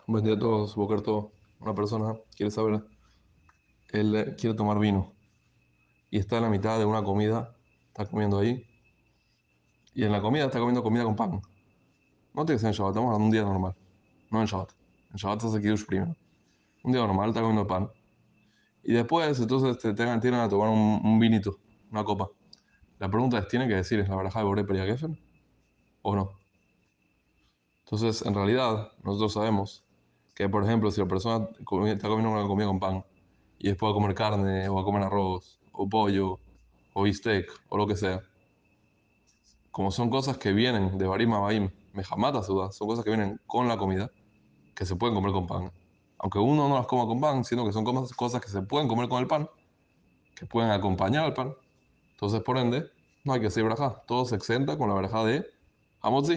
Buen día a todos, Boker todo. Una persona quiere saber, él quiere tomar vino y está en la mitad de una comida, está comiendo ahí y en la comida está comiendo comida con pan. No tiene que ser en Shabbat, estamos hablando de un día normal, no en Shabbat. En Shabbat se hace Kiddush primero. Un día normal está comiendo pan y después entonces tienen a tomar un vinito, una copa. La pregunta es, ¿tiene que decir es la verajá de Boré Peria Geffen o no? Entonces, en realidad, nosotros sabemos que, por ejemplo, si la persona está comiendo una comida con pan y después va a comer carne, o va a comer arroz, o pollo, o bistec, o lo que sea, como son cosas que vienen de Barim a Baim, Mejamata Sudá, son cosas que vienen con la comida, que se pueden comer con pan. Aunque uno no las coma con pan, sino que son cosas que se pueden comer con el pan, que pueden acompañar al pan. Entonces, por ende, no hay que hacer verajá. Todo se exenta con la verajá de Hamotzi.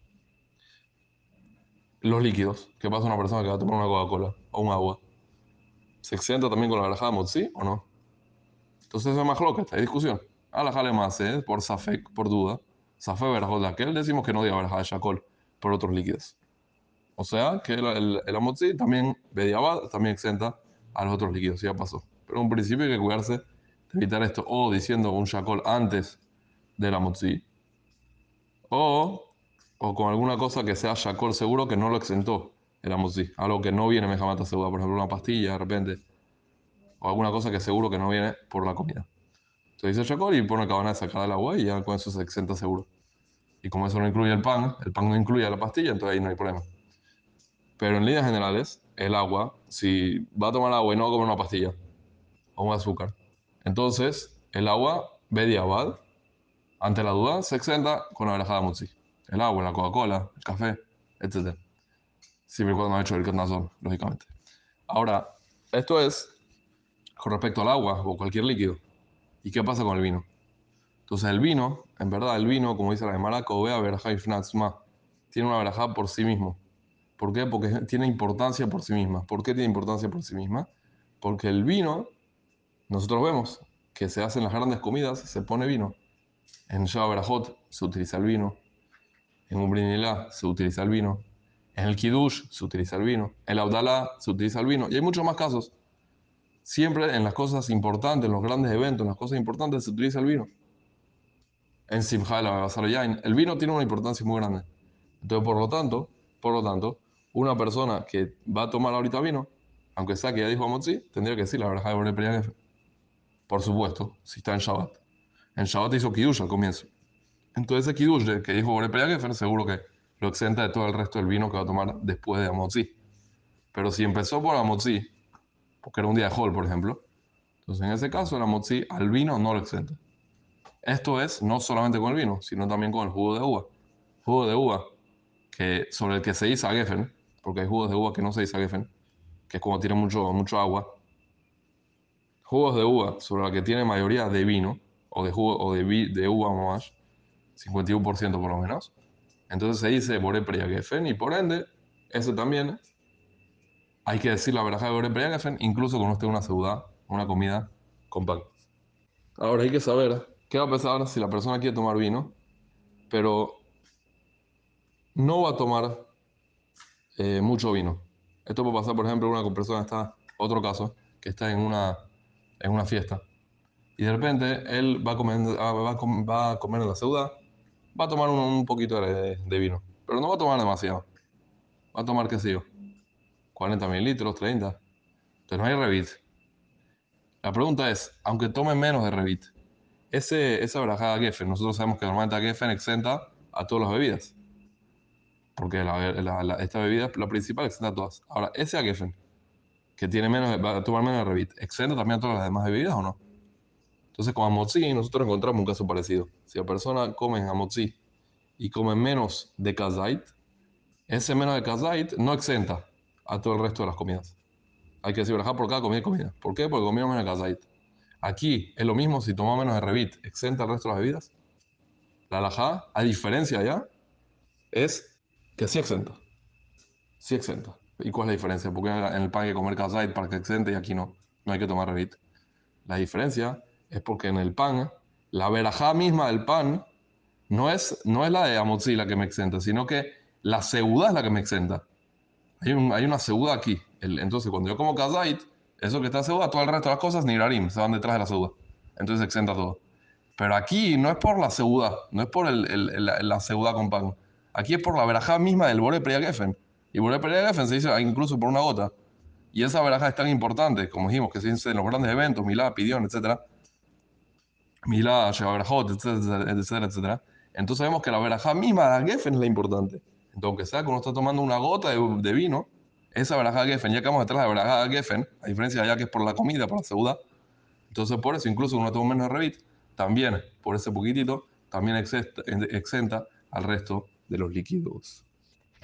Los líquidos. ¿Qué pasa a una persona que va a tomar una Coca-Cola o un agua? ¿Se exenta también con la verajá de Hamotzi o no? Entonces eso es más loca, hay discusión. A la jale más, por Safek, por duda. Safek verajot de aquel decimos que no diga verajá de Shakol por otros líquidos. O sea que el Hamotzi también, Bediabad, también exenta a los otros líquidos, ya pasó. Pero en principio hay que cuidarse de evitar esto, o diciendo un Shakol antes del Hamotzi, o, o con alguna cosa que sea Shakol seguro que no lo exentó el Hamotzi. Algo que no viene Mejamata segura, por ejemplo una pastilla de repente, o alguna cosa que seguro que no viene por la comida. Entonces dice Chacol y pone cabana de sacar el agua y ya con eso se exenta seguro. Y como eso no incluye el pan no incluye la pastilla, entonces ahí no hay problema. Pero en líneas generales, el agua, si va a tomar agua y no va a comer una pastilla o un azúcar, entonces el agua, bediabad, ante la duda, se exenta con la verajada mutzi. El agua, la Coca-Cola, el café, etc. Siempre y cuando no ha hecho el ketnazol, lógicamente. Ahora, esto es con respecto al agua o cualquier líquido. ¿Y qué pasa con el vino? Entonces el vino, en verdad, el vino, como dice la Gemara, Kovea verajá y fnatzma, tiene una verajá por sí mismo. ¿Por qué? Porque tiene importancia por sí misma. ¿Por qué tiene importancia por sí misma? Porque el vino, nosotros vemos que se hacen las grandes comidas, se pone vino. En Sheva Berajot se utiliza el vino. En un Brinilá se utiliza el vino. En el Kiddush se utiliza el vino. En la Abdalá se utiliza el vino. Y hay muchos más casos. Siempre en las cosas importantes, en los grandes eventos, en las cosas importantes se utiliza el vino. En Simcha la Bazar Yain, el vino tiene una importancia muy grande. Entonces, por lo tanto, una persona que va a tomar ahorita vino, aunque sea que ya dijo Amotzi, tendría que decir la verdad de Boré Priagefe. Por supuesto, si está en Shabbat. En Shabbat hizo Kiddush al comienzo. Entonces, ese Kiddush que dijo Boré Priagefe, seguro que lo exenta de todo el resto del vino que va a tomar después de Amotzi. Pero si empezó por Amotzi, porque era un día de Hol, por ejemplo, entonces en ese caso el Amotzi al vino no lo exenta. Esto es no solamente con el vino, sino también con el jugo de uva. Jugo de uva sobre el que se dice Geffen, porque hay jugos de uva que no se dice Geffen, que es como tiene mucho agua. Jugos de uva sobre la que tiene mayoría de vino, o de jugo, de uva más, 51% por lo menos. Entonces se dice Boré Preya Geffen y por ende, ese también hay que decir la verajá de Boré Preya Geffen, incluso cuando esté una seudá, una comida con pan. Ahora hay que saber qué va a pasar si la persona quiere tomar vino, pero no va a tomar mucho vino. Esto puede pasar, por ejemplo, una persona está, otro caso, que está en una fiesta y de repente él va a comer, va a comer en la ciudad, va a tomar un poquito de vino, pero no va a tomar demasiado. Va a tomar, qué sé yo, 40 mililitros, 30. Entonces no hay revit. La pregunta es, aunque tome menos de revit, esa barajada Geffen, nosotros sabemos que normalmente a Geffen exenta a todas las bebidas, porque esta bebida, la principal, exenta a todas. Ahora, ese a Geffen que tiene menos, va a tomar menos de Revit, ¿exenta también a todas las demás bebidas o no? Entonces, con Amotzi nosotros encontramos un caso parecido. Si la persona come Amotzi y come menos de Kazait, ese menos de Kazait no exenta a todo el resto de las comidas. Hay que decir, por cada comida y comida. ¿Por qué? Porque comió menos de Kazait. Aquí es lo mismo si toma menos de Revit, exenta el resto de las bebidas. La alajá, a diferencia ya, es que sí exenta. Sí exenta. ¿Y cuál es la diferencia? Porque en el pan hay que comer Kazait para que exente y aquí no. No hay que tomar Revit. La diferencia es porque en el pan, la verajá misma del pan no es la de Amotzi la que me exenta, sino que la seudá es la que me exenta. Hay una seuda aquí. Entonces, cuando yo como kazait, eso que está seuda, todo el resto de las cosas, nirarim, se van detrás de la seuda. Entonces exenta todo. Pero aquí no es por la seuda, no es por la seuda con pan. Aquí es por la verajá misma del Boré Priya Geffen. Y Boré Priya Geffen se dice incluso por una gota. Y esa verajá es tan importante, como dijimos, que se dice en los grandes eventos, Milá, Pidión, etcétera. Milá, Shevabrajot, etcétera, etcétera, etcétera. Entonces vemos que la verajá misma de la Geffen es la importante. Entonces, aunque sea que uno está tomando una gota de vino, esa verajá Geffen, ya que vamos detrás de la verajá Geffen, a diferencia de allá que es por la comida, por la seuda, entonces por eso, incluso uno toma menos revit, también por ese poquitito, también exenta al resto de los líquidos.